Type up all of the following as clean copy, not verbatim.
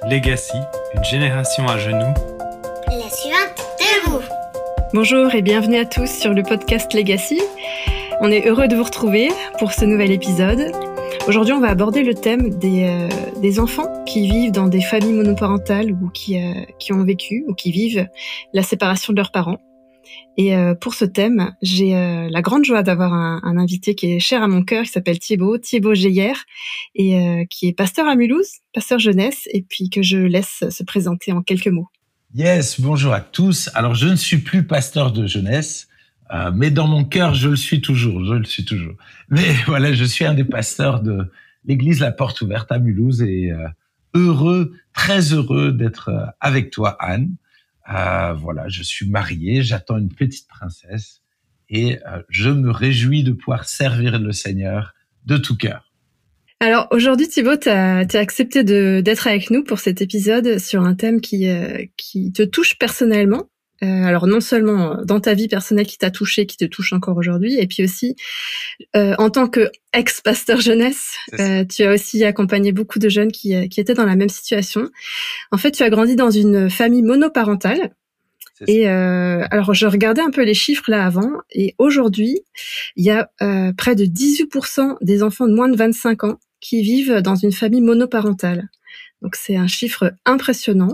Legacy, une génération à genoux. La suivante, debout. Bonjour et bienvenue à tous sur le podcast Legacy. On est heureux de vous retrouver pour ce nouvel épisode. Aujourd'hui, on va aborder le thème des enfants qui vivent dans des familles monoparentales ou qui ont vécu ou qui vivent la séparation de leurs parents. Et pour ce thème, j'ai la grande joie d'avoir un invité qui est cher à mon cœur, qui s'appelle Thibaut Geyer, et qui est pasteur à Mulhouse, pasteur jeunesse, et puis que je laisse se présenter en quelques mots. Yes, bonjour à tous. Alors, je ne suis plus pasteur de jeunesse, mais dans mon cœur, je le suis toujours. Mais voilà, je suis un des pasteurs de l'église La Porte Ouverte à Mulhouse et très heureux d'être avec toi, Anne. Voilà, je suis marié, j'attends une petite princesse et je me réjouis de pouvoir servir le Seigneur de tout cœur. Alors aujourd'hui, Thibaut, t'as accepté d'être avec nous pour cet épisode sur un thème qui te touche personnellement. Alors non seulement dans ta vie personnelle qui t'a touché, qui te touche encore aujourd'hui, et puis aussi en tant que ex-pasteur jeunesse, tu as aussi accompagné beaucoup de jeunes qui étaient dans la même situation. En fait, tu as grandi dans une famille monoparentale. Et alors je regardais un peu les chiffres là avant, et aujourd'hui, il y a près de 18% des enfants de moins de 25 ans qui vivent dans une famille monoparentale. Donc c'est un chiffre impressionnant.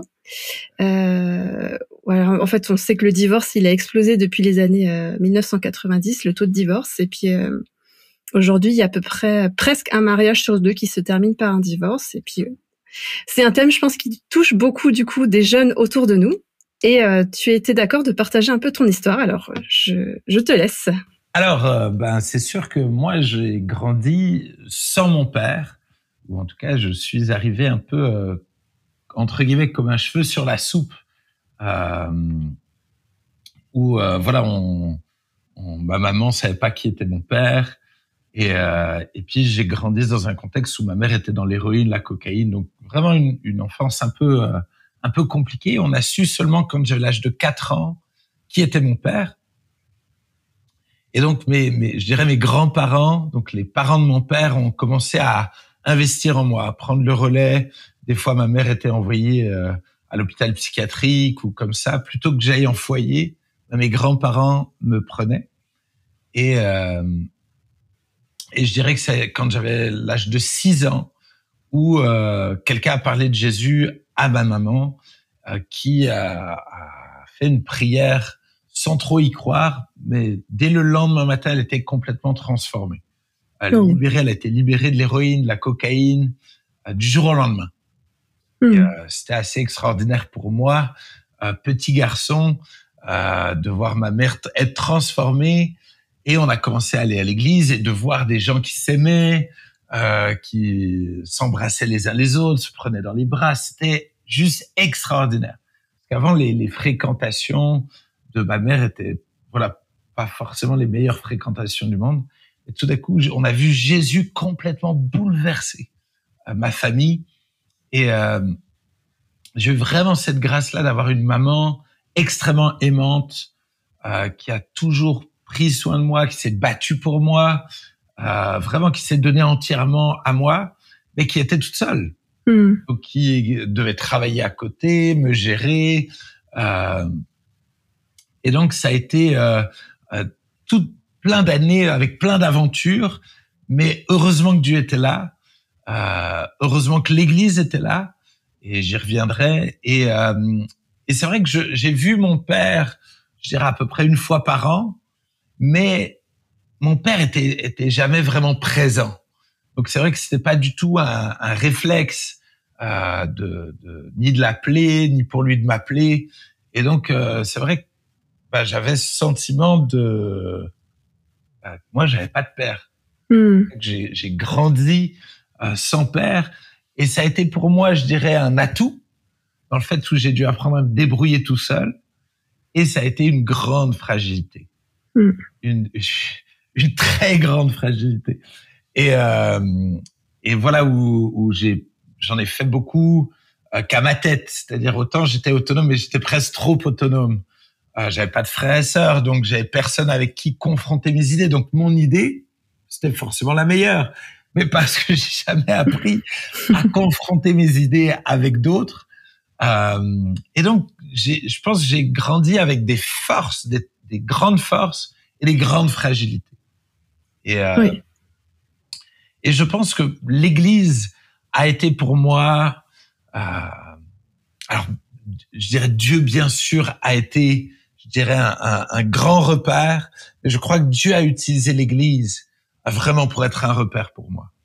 Voilà, en fait, on sait que le divorce, il a explosé depuis les années 1990, le taux de divorce. Et puis aujourd'hui, il y a à peu près presque un mariage sur deux qui se termine par un divorce. Et puis c'est un thème, je pense, qui touche beaucoup du coup des jeunes autour de nous. Et tu étais d'accord de partager un peu ton histoire. Alors je te laisse. Alors, c'est sûr que moi, j'ai grandi sans mon père, ou en tout cas, je suis arrivé un peu entre guillemets comme un cheveu sur la soupe, où voilà, ma maman savait pas qui était mon père, et puis j'ai grandi dans un contexte où ma mère était dans l'héroïne, la cocaïne, donc vraiment une enfance un peu compliquée. On a su seulement quand j'avais l'âge de 4 ans qui était mon père. Et donc je dirais mes grands-parents, donc les parents de mon père, ont commencé à investir en moi, à prendre le relais. Des fois, ma mère était envoyée à l'hôpital psychiatrique ou comme ça, plutôt que j'aille en foyer. Mes grands-parents me prenaient. Et je dirais que c'est quand j'avais l'âge de 6 ans où quelqu'un a parlé de Jésus à ma maman, qui a fait une prière sans trop y croire, mais dès le lendemain matin, elle était complètement transformée. Elle a été libérée de l'héroïne, de la cocaïne, du jour au lendemain. Et, c'était assez extraordinaire pour moi, petit garçon, de voir ma mère être transformée. Et on a commencé à aller à l'église et de voir des gens qui s'aimaient, qui s'embrassaient les uns les autres, se prenaient dans les bras. C'était juste extraordinaire. Parce qu'avant, les fréquentations de ma mère étaient, voilà, pas forcément les meilleures fréquentations du monde. Et tout d'un coup, on a vu Jésus complètement bouleverser ma famille. Et j'ai eu vraiment cette grâce-là d'avoir une maman extrêmement aimante, qui a toujours pris soin de moi, qui s'est battue pour moi, vraiment qui s'est donnée entièrement à moi, mais qui était toute seule. Donc, qui devait travailler à côté, me gérer. Et donc, ça a été plein d'années avec plein d'aventures, mais heureusement que Dieu était là, heureusement que l'Église était là, et j'y reviendrai. Et c'est vrai que j'ai vu mon père, je dirais à peu près une fois par an, mais mon père était jamais vraiment présent. Donc c'est vrai que c'était pas du tout un réflexe ni de l'appeler, ni pour lui de m'appeler. Et donc c'est vrai que j'avais ce sentiment moi j'avais pas de père. J'ai grandi sans père, et ça a été pour moi, je dirais, un atout dans le fait où j'ai dû apprendre à me débrouiller tout seul, et ça a été une grande fragilité, une très grande fragilité. Et voilà où j'en ai fait beaucoup qu'à ma tête, c'est-à-dire autant j'étais autonome, mais j'étais presque trop autonome. J'avais pas de frères et sœurs, donc j'avais personne avec qui confronter mes idées. Donc mon idée, c'était forcément la meilleure. mais parce que j'ai jamais appris à confronter mes idées avec d'autres. Et donc, je pense que j'ai grandi avec des forces, des grandes forces et des grandes fragilités. Oui. Et je pense que l'Église a été pour moi, alors je dirais Dieu bien sûr a été, je dirais un grand repère, mais je crois que Dieu a utilisé l'Église vraiment pour être un repère pour moi.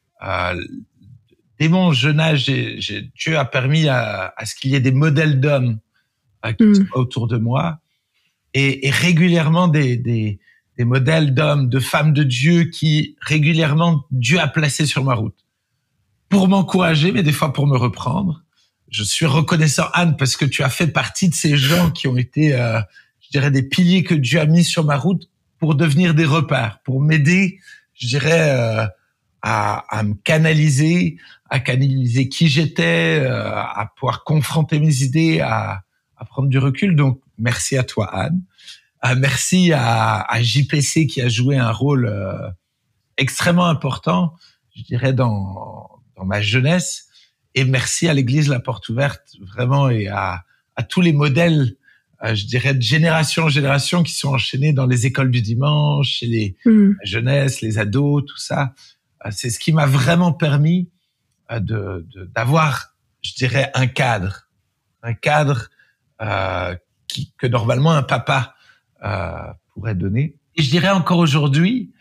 Dès mon jeune âge, Dieu a permis à ce qu'il y ait des modèles d'hommes qui soient autour de moi, et régulièrement des modèles d'hommes, de femmes de Dieu qui régulièrement Dieu a placé sur ma route pour m'encourager, mais des fois pour me reprendre. Je suis reconnaissant, Anne, parce que tu as fait partie de ces gens qui ont été, je dirais, des piliers que Dieu a mis sur ma route pour devenir des repères, pour m'aider, je dirais, à me canaliser, à canaliser qui j'étais, à pouvoir confronter mes idées, à prendre du recul. Donc, merci à toi, Anne. Merci à JPC qui a joué un rôle extrêmement important, je dirais, dans ma jeunesse. Et merci à l'Église La Porte Ouverte, vraiment, et à tous les modèles, je dirais, de génération en génération qui sont enchaînés dans les écoles du dimanche, chez la jeunesse, les ados, tout ça. C'est ce qui m'a vraiment permis d'avoir, je dirais, un cadre que normalement un papa pourrait donner. Et je dirais encore aujourd'hui,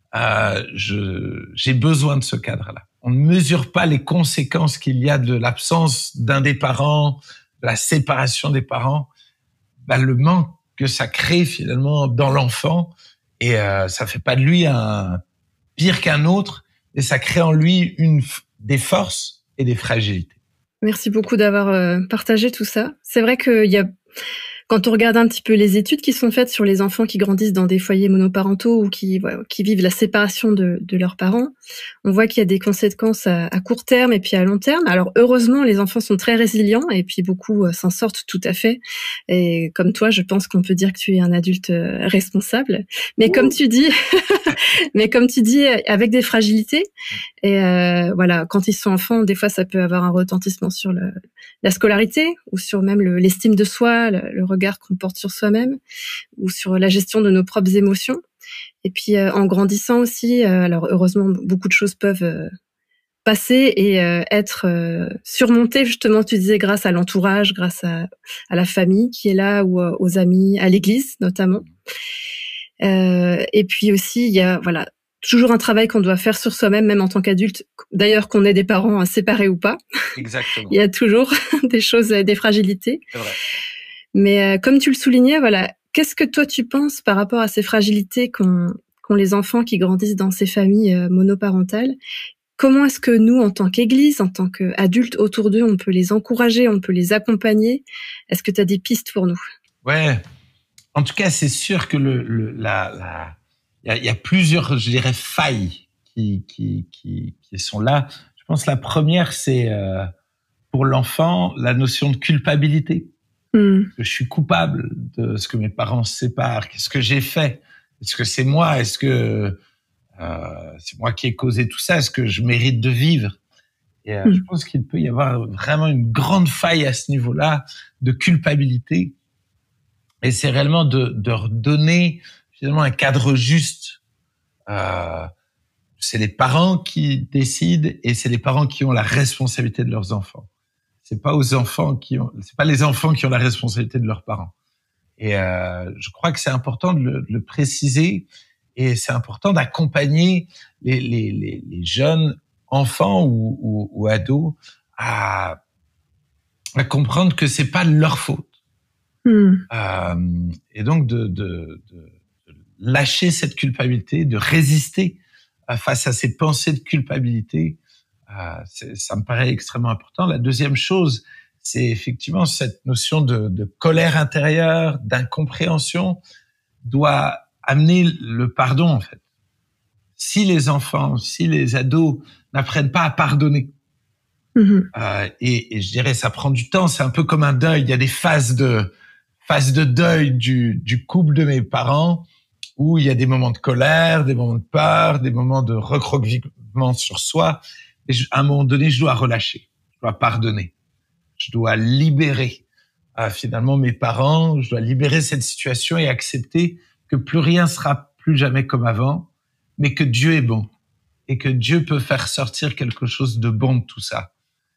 j'ai besoin de ce cadre-là. On ne mesure pas les conséquences qu'il y a de l'absence d'un des parents, de la séparation des parents, le manque que ça crée finalement dans l'enfant. Et ça fait pas de lui un pire qu'un autre, et ça crée en lui des forces et des fragilités. Merci beaucoup d'avoir partagé tout ça. C'est vrai qu'il y a, quand on regarde un petit peu les études qui sont faites sur les enfants qui grandissent dans des foyers monoparentaux ou qui vivent la séparation de leurs parents, on voit qu'il y a des conséquences à court terme et puis à long terme. Alors heureusement, les enfants sont très résilients et puis beaucoup s'en sortent tout à fait. Et comme toi, je pense qu'on peut dire que tu es un adulte responsable. Mais comme tu dis, avec des fragilités. Et voilà, quand ils sont enfants, des fois, ça peut avoir un retentissement sur la scolarité ou sur même l'estime de soi, le regard qu'on porte sur soi-même ou sur la gestion de nos propres émotions. Et puis en grandissant aussi, alors heureusement beaucoup de choses peuvent passer et être surmontées, justement, tu disais, grâce à l'entourage, grâce à la famille qui est là ou aux amis, à l'église notamment. Et puis aussi il y a toujours un travail qu'on doit faire sur soi-même, même en tant qu'adulte. D'ailleurs, qu'on ait des parents séparés ou pas. Exactement. Il y a toujours des choses, des fragilités. C'est vrai. Mais comme tu le soulignais, qu'est-ce que toi tu penses par rapport à ces fragilités qu'ont les enfants qui grandissent dans ces familles monoparentales? Comment est-ce que nous, en tant qu'Église, en tant qu'adultes autour d'eux, on peut les encourager, on peut les accompagner? Est-ce que tu as des pistes pour nous? Ouais. En tout cas, c'est sûr que il y a plusieurs, je dirais, failles qui sont là. Je pense que la première, c'est pour l'enfant la notion de culpabilité. Que je suis coupable de ce que mes parents se séparent. Qu'est-ce que j'ai fait? Est-ce que c'est moi? Est-ce que c'est moi qui ai causé tout ça? Est-ce que je mérite de vivre? Et je pense qu'il peut y avoir vraiment une grande faille à ce niveau-là de culpabilité. Et c'est réellement de redonner finalement un cadre juste. C'est les parents qui décident et c'est les parents qui ont la responsabilité de leurs enfants. C'est pas les enfants qui ont la responsabilité de leurs parents. Et je crois que c'est important de le préciser et c'est important d'accompagner les jeunes enfants ou ados à comprendre que c'est pas leur faute. Et donc de lâcher cette culpabilité, de résister face à ces pensées de culpabilité. Ça me paraît extrêmement important. La deuxième chose, c'est effectivement cette notion de colère intérieure, d'incompréhension, doit amener le pardon, en fait. Si les enfants, si les ados n'apprennent pas à pardonner, et je dirais ça prend du temps, c'est un peu comme un deuil. Il y a des phases de deuil du couple de mes parents où il y a des moments de colère, des moments de peur, des moments de prélèvement sur soi. Et à un moment donné, je dois relâcher, je dois pardonner, je dois libérer finalement mes parents, je dois libérer cette situation et accepter que plus rien sera plus jamais comme avant, mais que Dieu est bon et que Dieu peut faire sortir quelque chose de bon de tout ça.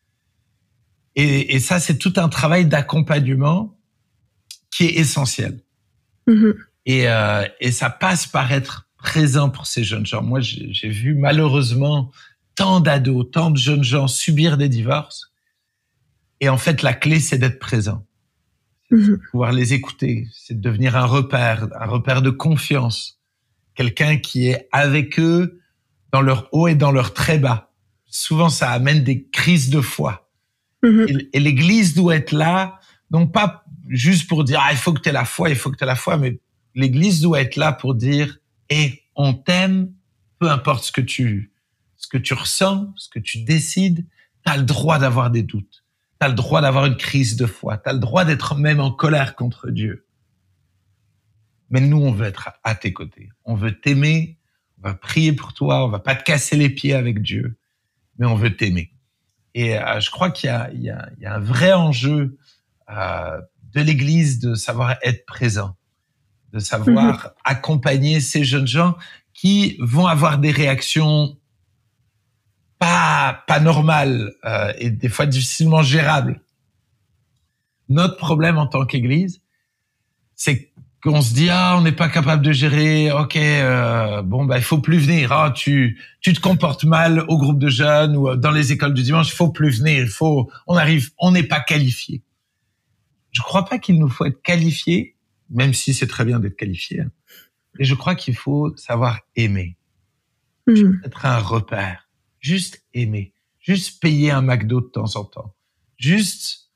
Et ça, c'est tout un travail d'accompagnement qui est essentiel. Mhm. Et ça passe par être présent pour ces jeunes gens. Moi, j'ai vu malheureusement tant d'ados, tant de jeunes gens subir des divorces. Et en fait, la clé, c'est d'être présent. C'est de pouvoir les écouter. C'est de devenir un repère de confiance. Quelqu'un qui est avec eux dans leur haut et dans leur très bas. Souvent, ça amène des crises de foi. Et l'Église doit être là, non pas juste pour dire « Ah, il faut que tu aies la foi, il faut que tu aies la foi », mais l'Église doit être là pour dire « Eh, on t'aime, peu importe ce que tu ressens, ce que tu décides, tu as le droit d'avoir des doutes, tu as le droit d'avoir une crise de foi, tu as le droit d'être même en colère contre Dieu. Mais nous, on veut être à tes côtés, on veut t'aimer, on va prier pour toi, on va pas te casser les pieds avec Dieu, mais on veut t'aimer. » Et je crois qu'il y a un vrai enjeu de l'Église de savoir être présent, de savoir accompagner ces jeunes gens qui vont avoir des réactions pas normales et des fois difficilement gérables. Notre problème en tant qu'Église, c'est qu'on se dit on n'est pas capable de gérer, il faut plus venir, tu te comportes mal au groupe de jeunes ou dans les écoles du dimanche, il faut plus venir, on n'est pas qualifié. Je crois pas qu'il nous faut être qualifié, même si c'est très bien d'être qualifié, mais je crois qu'il faut savoir aimer. Être un repère, juste aimer, juste payer un McDo de temps en temps, juste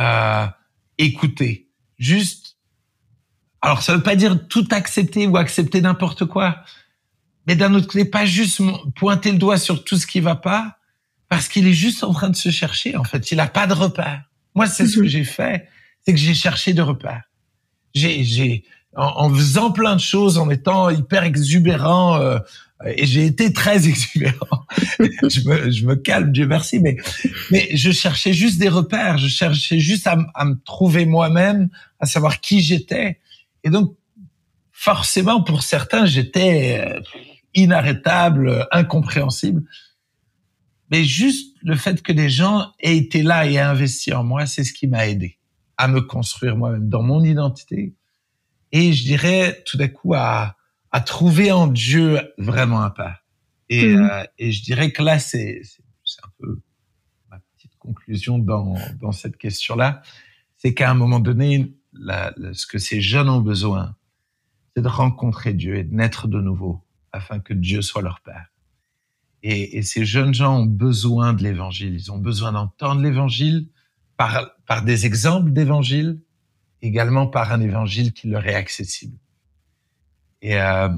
écouter, juste. Alors, ça veut pas dire tout accepter ou accepter n'importe quoi. Mais d'un autre côté, pas juste pointer le doigt sur tout ce qui va pas, parce qu'il est juste en train de se chercher, en fait. Il a pas de repère. Moi, c'est ce que j'ai fait. C'est que j'ai cherché de repères. En faisant plein de choses, en étant hyper exubérant, et j'ai été très exubérant. je me calme, Dieu merci, mais je cherchais juste des repères. Je cherchais juste à me trouver moi-même, à savoir qui j'étais. Et donc, forcément, pour certains, j'étais inarrêtable, incompréhensible. Mais juste le fait que des gens aient été là et aient investi en moi, c'est ce qui m'a aidé à me construire moi-même dans mon identité. Et je dirais tout d'un coup à trouver en Dieu vraiment un père. Et je dirais que là, c'est un peu ma petite conclusion dans cette question-là. C'est qu'à un moment donné, ce que ces jeunes ont besoin, c'est de rencontrer Dieu et de naître de nouveau afin que Dieu soit leur Père. Et ces jeunes gens ont besoin de l'Évangile. Ils ont besoin d'entendre l'Évangile par des exemples d'Évangile, également par un Évangile qui leur est accessible. Et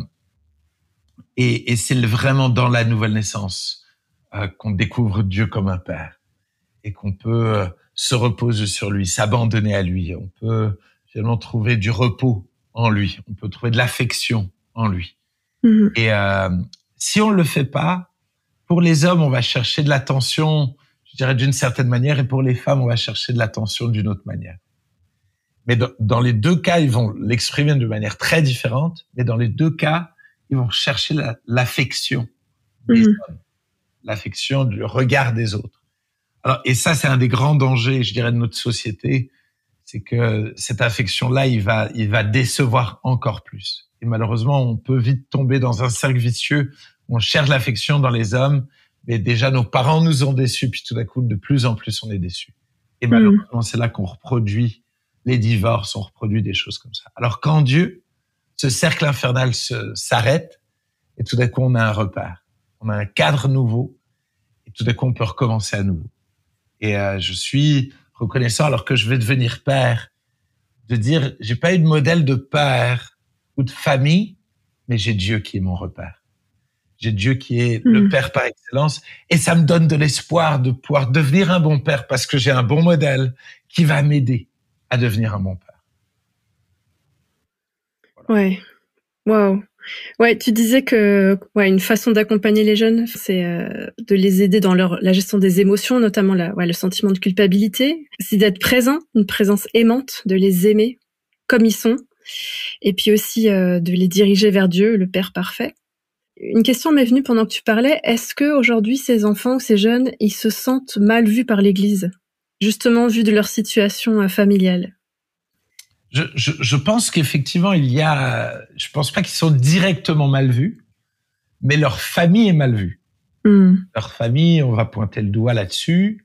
c'est vraiment dans la nouvelle naissance qu'on découvre Dieu comme un Père et qu'on peut se reposer sur lui, s'abandonner à lui. On peut finalement trouver du repos en lui. On peut trouver de l'affection en lui. Et si on le fait pas, pour les hommes, on va chercher de l'attention, je dirais d'une certaine manière, et pour les femmes, on va chercher de l'attention d'une autre manière. Mais dans les deux cas, ils vont l'exprimer de manière très différente, mais dans les deux cas, ils vont chercher l'affection des hommes, l'affection du regard des autres. Alors, et ça, c'est un des grands dangers, je dirais, de notre société, c'est que cette affection-là, il va décevoir encore plus. Et malheureusement, on peut vite tomber dans un cercle vicieux où on cherche l'affection dans les hommes, mais déjà nos parents nous ont déçus, puis tout d'un coup, de plus en plus, on est déçus. Et malheureusement, c'est là qu'on reproduit les divorces, on reproduit des choses comme ça. Alors qu'en Dieu, ce cercle infernal s'arrête, et tout d'un coup, on a un repère. On a un cadre nouveau, et tout d'un coup, on peut recommencer à nouveau. Et je suis reconnaissant, alors que je vais devenir père, de dire, j'ai pas eu de modèle de père ou de famille, mais j'ai Dieu qui est mon repère. J'ai Dieu qui est le père par excellence, et ça me donne de l'espoir de pouvoir devenir un bon père parce que j'ai un bon modèle qui va m'aider à devenir un bon père. Voilà. Ouais. Waouh. Ouais, tu disais que une façon d'accompagner les jeunes, c'est de les aider dans la gestion des émotions, notamment le sentiment de culpabilité. C'est d'être présent, une présence aimante, de les aimer comme ils sont, et puis aussi de les diriger vers Dieu, le Père parfait. Une question m'est venue pendant que tu parlais. Est-ce que aujourd'hui ces enfants ou ces jeunes, ils se sentent mal vus par l'Église, justement vu de leur situation familiale? Je pense qu'effectivement, je pense pas qu'ils sont directement mal vus, mais leur famille est mal vue. Leur famille, on va pointer le doigt là-dessus.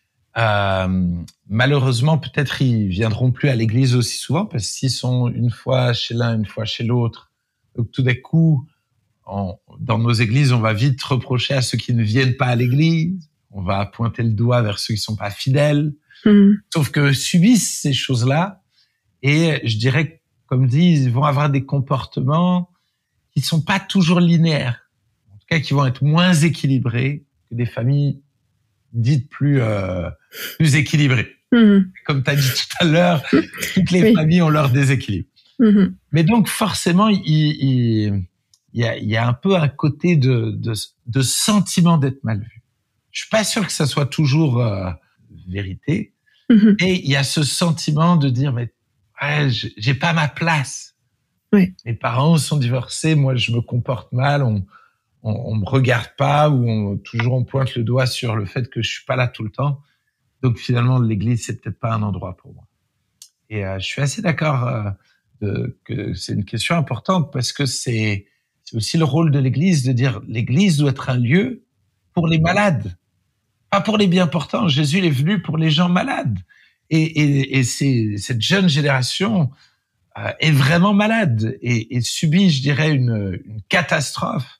Malheureusement, peut-être ils viendront plus à l'église aussi souvent, parce qu'ils sont une fois chez l'un, une fois chez l'autre. Donc tout d'un coup, dans nos églises, on va vite reprocher à ceux qui ne viennent pas à l'église. On va pointer le doigt vers ceux qui sont pas fidèles. Sauf que subissent ces choses-là. Et je dirais, comme dit, ils vont avoir des comportements qui sont pas toujours linéaires. En tout cas, qui vont être moins équilibrés que des familles dites plus équilibrées. Comme tu as dit tout à l'heure, toutes les familles ont leur déséquilibre. Mais donc, forcément, il y a un peu un côté de sentiment d'être mal vu. Je suis pas sûr que ça soit toujours vérité. Et il y a ce sentiment de dire, mais ouais, j'ai pas ma place. Mes parents sont divorcés, moi je me comporte mal, on me regarde pas, ou toujours on pointe le doigt sur le fait que je suis pas là tout le temps. Donc finalement l'église c'est peut-être pas un endroit pour moi. Et je suis assez d'accord que c'est une question importante, parce que c'est aussi le rôle de l'église de dire l'église doit être un lieu pour les malades, pas pour les bien portants. Jésus il est venu pour les gens malades. Et cette jeune génération est vraiment malade et subit, je dirais, une catastrophe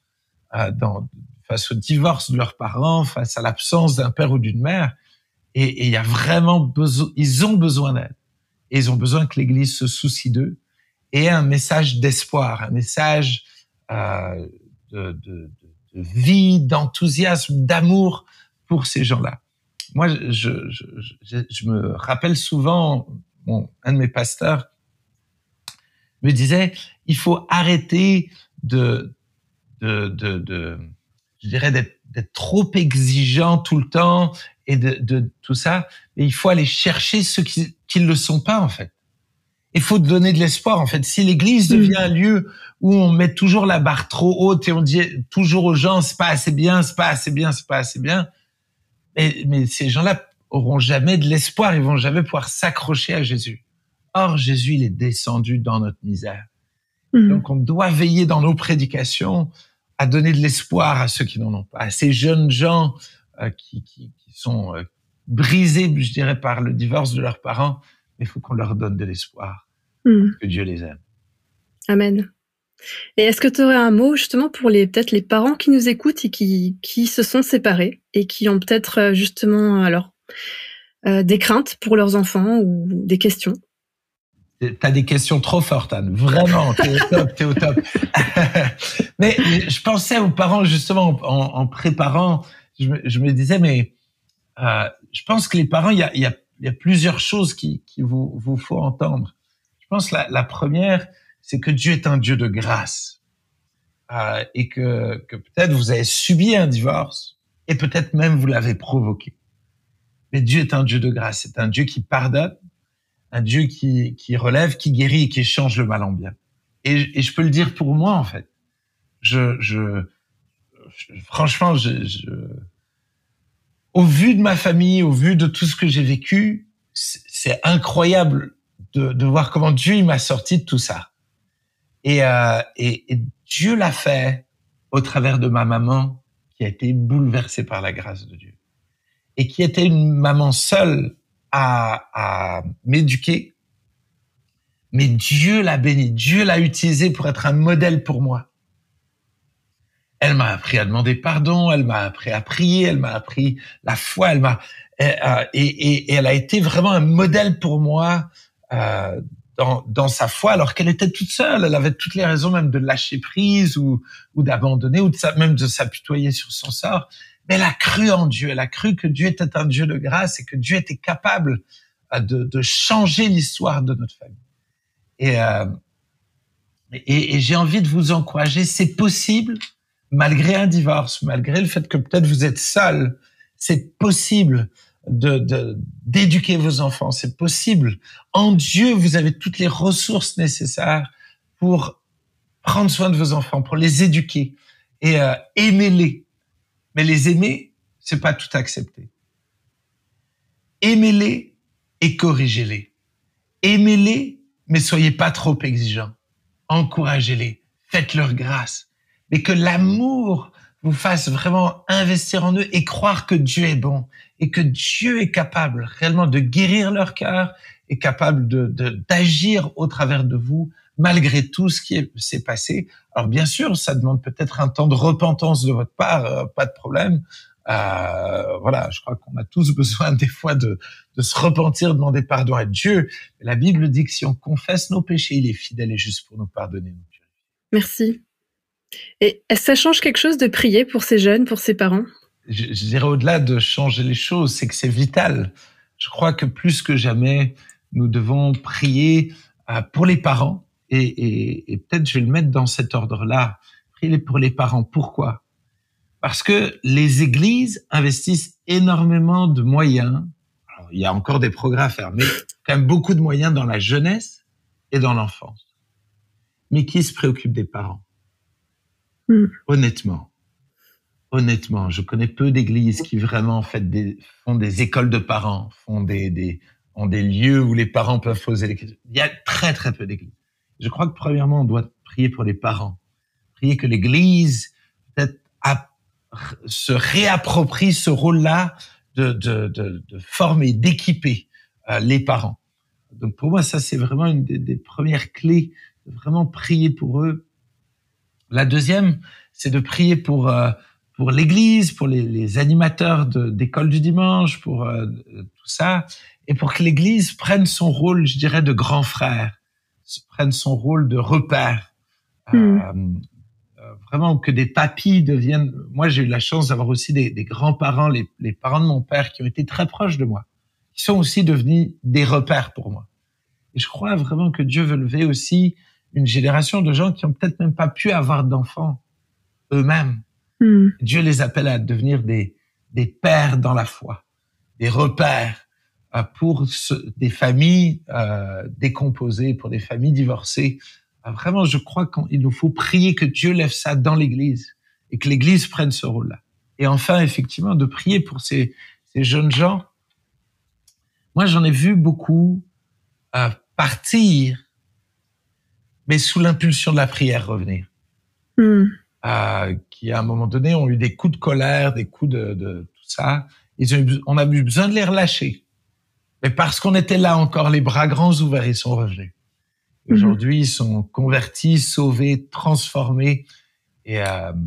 face au divorce de leurs parents, face à l'absence d'un père ou d'une mère. Et il y a vraiment besoin, ils ont besoin d'aide. Et ils ont besoin que l'Église se soucie d'eux et ait un message d'espoir, un message de vie, d'enthousiasme, d'amour pour ces gens-là. Moi, je me rappelle souvent, un de mes pasteurs me disait, il faut arrêter je dirais, d'être trop exigeant tout le temps et de tout ça. Et il faut aller chercher ceux qui ne le sont pas, en fait. Il faut donner de l'espoir, en fait. Si l'église devient un lieu où on met toujours la barre trop haute et on dit toujours aux gens, c'est pas assez bien, c'est pas assez bien, c'est pas assez bien, mais ces gens-là auront jamais de l'espoir, ils vont jamais pouvoir s'accrocher à Jésus. Or, Jésus, il est descendu dans notre misère. Donc, on doit veiller dans nos prédications à donner de l'espoir à ceux qui n'en ont pas, à ces jeunes gens qui sont brisés, je dirais, par le divorce de leurs parents. Mais il faut qu'on leur donne de l'espoir, que Dieu les aime. Amen. Et est-ce que tu aurais un mot justement pour peut-être les parents qui nous écoutent et qui se sont séparés et qui ont peut-être justement des craintes pour leurs enfants ou des questions? T'as des questions trop fortes, Anne. Vraiment, t'es au top. Mais je pensais aux parents justement en préparant. Je me disais, mais je pense que les parents, il y a plusieurs choses qui vous faut entendre. Je pense la première, c'est que Dieu est un Dieu de grâce et que peut-être vous avez subi un divorce et peut-être même vous l'avez provoqué. Mais Dieu est un Dieu de grâce, c'est un Dieu qui pardonne, un Dieu qui relève, qui guérit et qui change le mal en bien. Et je peux le dire pour moi, en fait. Franchement, au vu de ma famille, au vu de tout ce que j'ai vécu, c'est incroyable de voir comment Dieu il m'a sorti de tout ça. Et Dieu l'a fait au travers de ma maman qui a été bouleversée par la grâce de Dieu et qui était une maman seule à m'éduquer. Mais Dieu l'a bénie, Dieu l'a utilisée pour être un modèle pour moi. Elle m'a appris à demander pardon, elle m'a appris à prier, elle m'a appris la foi, et elle a été vraiment un modèle pour moi dans sa foi, alors qu'elle était toute seule. Elle avait toutes les raisons même de lâcher prise ou d'abandonner ou même de s'apitoyer sur son sort. Mais elle a cru en Dieu, elle a cru que Dieu était un Dieu de grâce et que Dieu était capable de changer l'histoire de notre famille. Et Et j'ai envie de vous encourager, c'est possible, malgré un divorce, malgré le fait que peut-être vous êtes seul, c'est possible d'éduquer vos enfants, c'est possible. En Dieu, vous avez toutes les ressources nécessaires pour prendre soin de vos enfants, pour les éduquer et aimez-les. Mais les aimer, c'est pas tout accepter. Aimez-les et corrigez-les. Aimez-les, mais soyez pas trop exigeants. Encouragez-les, faites-leur grâce. Mais que l'amour vous fasse vraiment investir en eux et croire que Dieu est bon et que Dieu est capable réellement de guérir leur cœur, est capable d'agir au travers de vous malgré tout ce qui s'est passé. Alors bien sûr, ça demande peut-être un temps de repentance de votre part, pas de problème. Voilà, je crois qu'on a tous besoin des fois de se repentir, demander pardon à Dieu. La Bible dit que si on confesse nos péchés, il est fidèle et juste pour nous pardonner. Merci. Et est-ce que ça change quelque chose de prier pour ces jeunes, pour ces parents? Je dirais au-delà de changer les choses, c'est que c'est vital. Je crois que plus que jamais, nous devons prier pour les parents. Et peut-être je vais le mettre dans cet ordre-là. Prier pour les parents. Pourquoi? Parce que les églises investissent énormément de moyens. Alors, il y a encore des progrès à faire, mais quand même beaucoup de moyens dans la jeunesse et dans l'enfance. Mais qui se préoccupe des parents? Honnêtement, je connais peu d'églises qui vraiment font des écoles de parents, ont des lieux où les parents peuvent poser les questions. Il y a très, très peu d'églises. Je crois que premièrement, on doit prier pour les parents. Prier que l'église peut-être se réapproprie ce rôle-là de former, d'équiper les parents. Donc pour moi, ça c'est vraiment une des premières clés, de vraiment prier pour eux. La deuxième, c'est de prier pour l'église, pour les animateurs d'école du dimanche, pour tout ça, et pour que l'église prenne son rôle, je dirais, de grand frère, prenne son rôle de repère. Vraiment que des papis deviennent... Moi, j'ai eu la chance d'avoir aussi des grands-parents, les parents de mon père, qui ont été très proches de moi, qui sont aussi devenus des repères pour moi. Et je crois vraiment que Dieu veut lever aussi une génération de gens qui ont peut-être même pas pu avoir d'enfants eux-mêmes. Dieu les appelle à devenir des pères dans la foi, des repères pour des familles décomposées, pour des familles divorcées. Vraiment, je crois qu'il nous faut prier que Dieu lève ça dans l'Église et que l'Église prenne ce rôle-là. Et enfin, effectivement, de prier pour ces jeunes gens. Moi, j'en ai vu beaucoup partir, mais sous l'impulsion de la prière revenir. Qui, à un moment donné, ont eu des coups de colère, des coups de tout ça. On a eu besoin de les relâcher. Mais parce qu'on était là encore, les bras grands ouverts, ils sont revenus. Aujourd'hui, ils sont convertis, sauvés, transformés. Et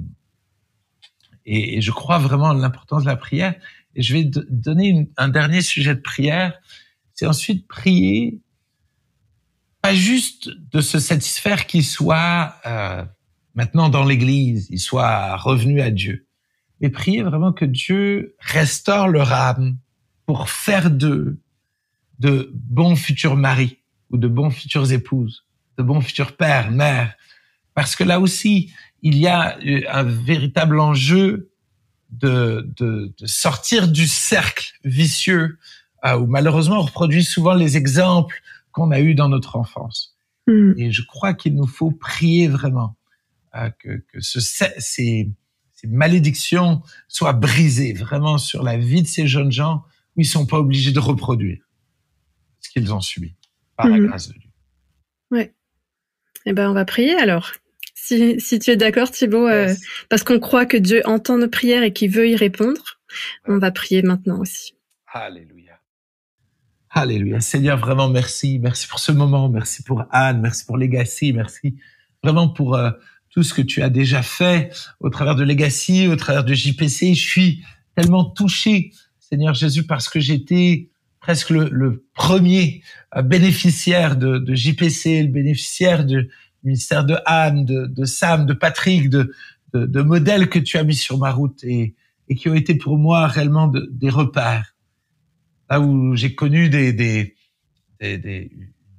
je crois vraiment à l'importance de la prière. Et je vais donner un dernier sujet de prière. C'est ensuite prier, pas juste de se satisfaire qu'ils soient maintenant dans l'Église, ils soient revenus à Dieu. Mais prier vraiment que Dieu restaure leur âme pour faire d'eux de bons futurs maris ou de bons futures épouses, de bons futurs pères, mères. Parce que là aussi, il y a un véritable enjeu de sortir du cercle vicieux où malheureusement on reproduit souvent les exemples qu'on a eus dans notre enfance. Et je crois qu'il nous faut prier vraiment que ces malédictions soient brisées vraiment sur la vie de ces jeunes gens où ils sont pas obligés de reproduire ce qu'ils ont subi par la grâce de Dieu. Ouais. Eh ben, on va prier alors. Si tu es d'accord, Thibaut, yes. Parce qu'on croit que Dieu entend nos prières et qu'il veut y répondre, on va prier maintenant aussi. Alléluia. Alléluia. Seigneur, vraiment merci. Merci pour ce moment. Merci pour Anne. Merci pour Legacy. Merci vraiment pour tout ce que tu as déjà fait au travers de Legacy, au travers de JPC. Je suis tellement touché, Seigneur Jésus, parce que j'étais presque le premier bénéficiaire de JPC, le bénéficiaire du ministère de Anne, de Sam, de Patrick, de modèles que tu as mis sur ma route et qui ont été pour moi réellement des repères. Là où j'ai connu je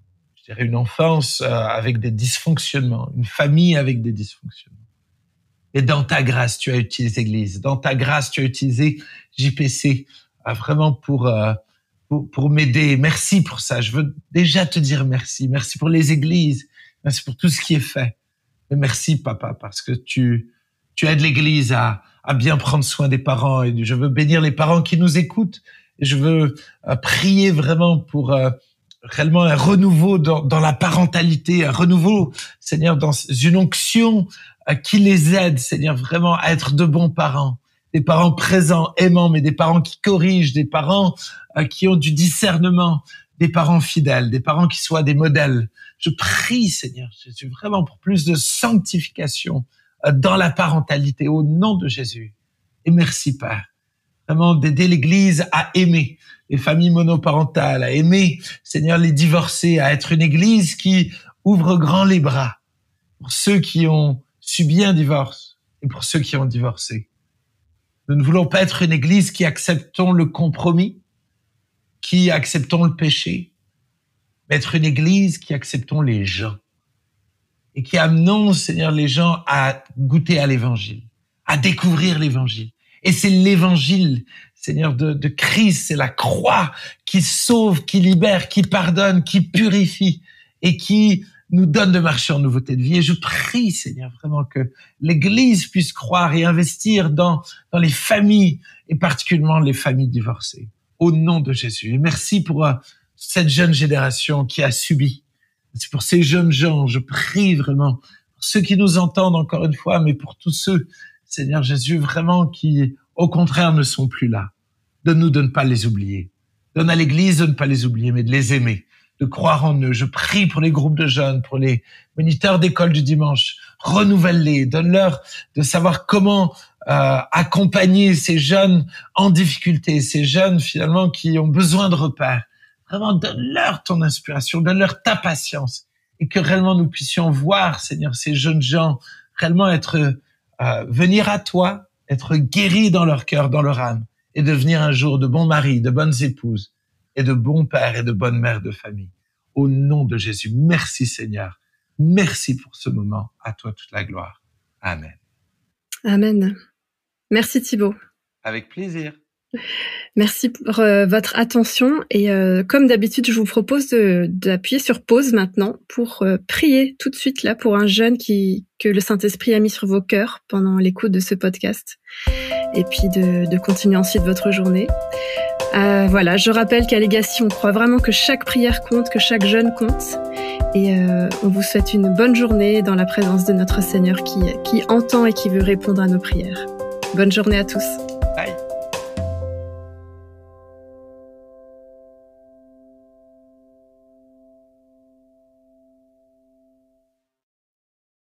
dirais, une enfance avec des dysfonctionnements, une famille avec des dysfonctionnements. Et dans ta grâce, tu as utilisé l'Église. Dans ta grâce, tu as utilisé JPC vraiment pour m'aider. Merci pour ça. Je veux déjà te dire merci. Merci pour les églises. Merci pour tout ce qui est fait. Et merci, Papa, parce que tu aides l'Église à bien prendre soin des parents. Et je veux bénir les parents qui nous écoutent. Et je veux prier vraiment pour réellement un renouveau dans la parentalité, un renouveau, Seigneur, dans une onction qui les aide, Seigneur, vraiment à être de bons parents. Des parents présents, aimants, mais des parents qui corrigent, des parents qui ont du discernement, des parents fidèles, des parents qui soient des modèles. Je prie, Seigneur, Jésus, vraiment pour plus de sanctification dans la parentalité, au nom de Jésus. Et merci, Père, vraiment d'aider l'Église à aimer les familles monoparentales, à aimer, Seigneur, les divorcés, à être une Église qui ouvre grand les bras pour ceux qui ont subi un divorce et pour ceux qui ont divorcé. Nous ne voulons pas être une Église qui acceptons le compromis, qui acceptons le péché, mais être une Église qui acceptons les gens et qui amenons, Seigneur, les gens à goûter à l'Évangile, à découvrir l'Évangile. Et c'est l'Évangile, Seigneur, de Christ, c'est la croix qui sauve, qui libère, qui pardonne, qui purifie et qui nous donne de marcher en nouveauté de vie. Et je prie, Seigneur, vraiment que l'Église puisse croire et investir dans les familles, et particulièrement les familles divorcées, au nom de Jésus. Et merci pour cette jeune génération qui a subi. C'est pour ces jeunes gens, je prie vraiment, pour ceux qui nous entendent encore une fois, mais pour tous ceux, Seigneur Jésus, vraiment qui, au contraire, ne sont plus là. Donne-nous de ne pas les oublier. Donne à l'Église de ne pas les oublier, mais de les aimer, de croire en eux. Je prie pour les groupes de jeunes, pour les moniteurs d'école du dimanche. Renouvelle-les, donne-leur de savoir comment accompagner ces jeunes en difficulté, ces jeunes finalement qui ont besoin de repères. Vraiment, donne-leur ton inspiration, donne-leur ta patience et que réellement nous puissions voir, Seigneur, ces jeunes gens réellement venir à toi, être guéris dans leur cœur, dans leur âme et devenir un jour de bons maris, de bonnes épouses et de bons pères et de bonnes mères de famille. Au nom de Jésus, merci Seigneur. Merci pour ce moment. À toi toute la gloire. Amen. Amen. Merci Thibaut. Avec plaisir. Merci pour votre attention et comme d'habitude, je vous propose d'appuyer sur pause maintenant pour prier tout de suite là pour un jeune que le Saint-Esprit a mis sur vos cœurs pendant l'écoute de ce podcast et puis de continuer ensuite votre journée. Voilà, je rappelle qu'à Legacy, on croit vraiment que chaque prière compte, que chaque jeune compte et on vous souhaite une bonne journée dans la présence de notre Seigneur qui entend et qui veut répondre à nos prières. Bonne journée à tous.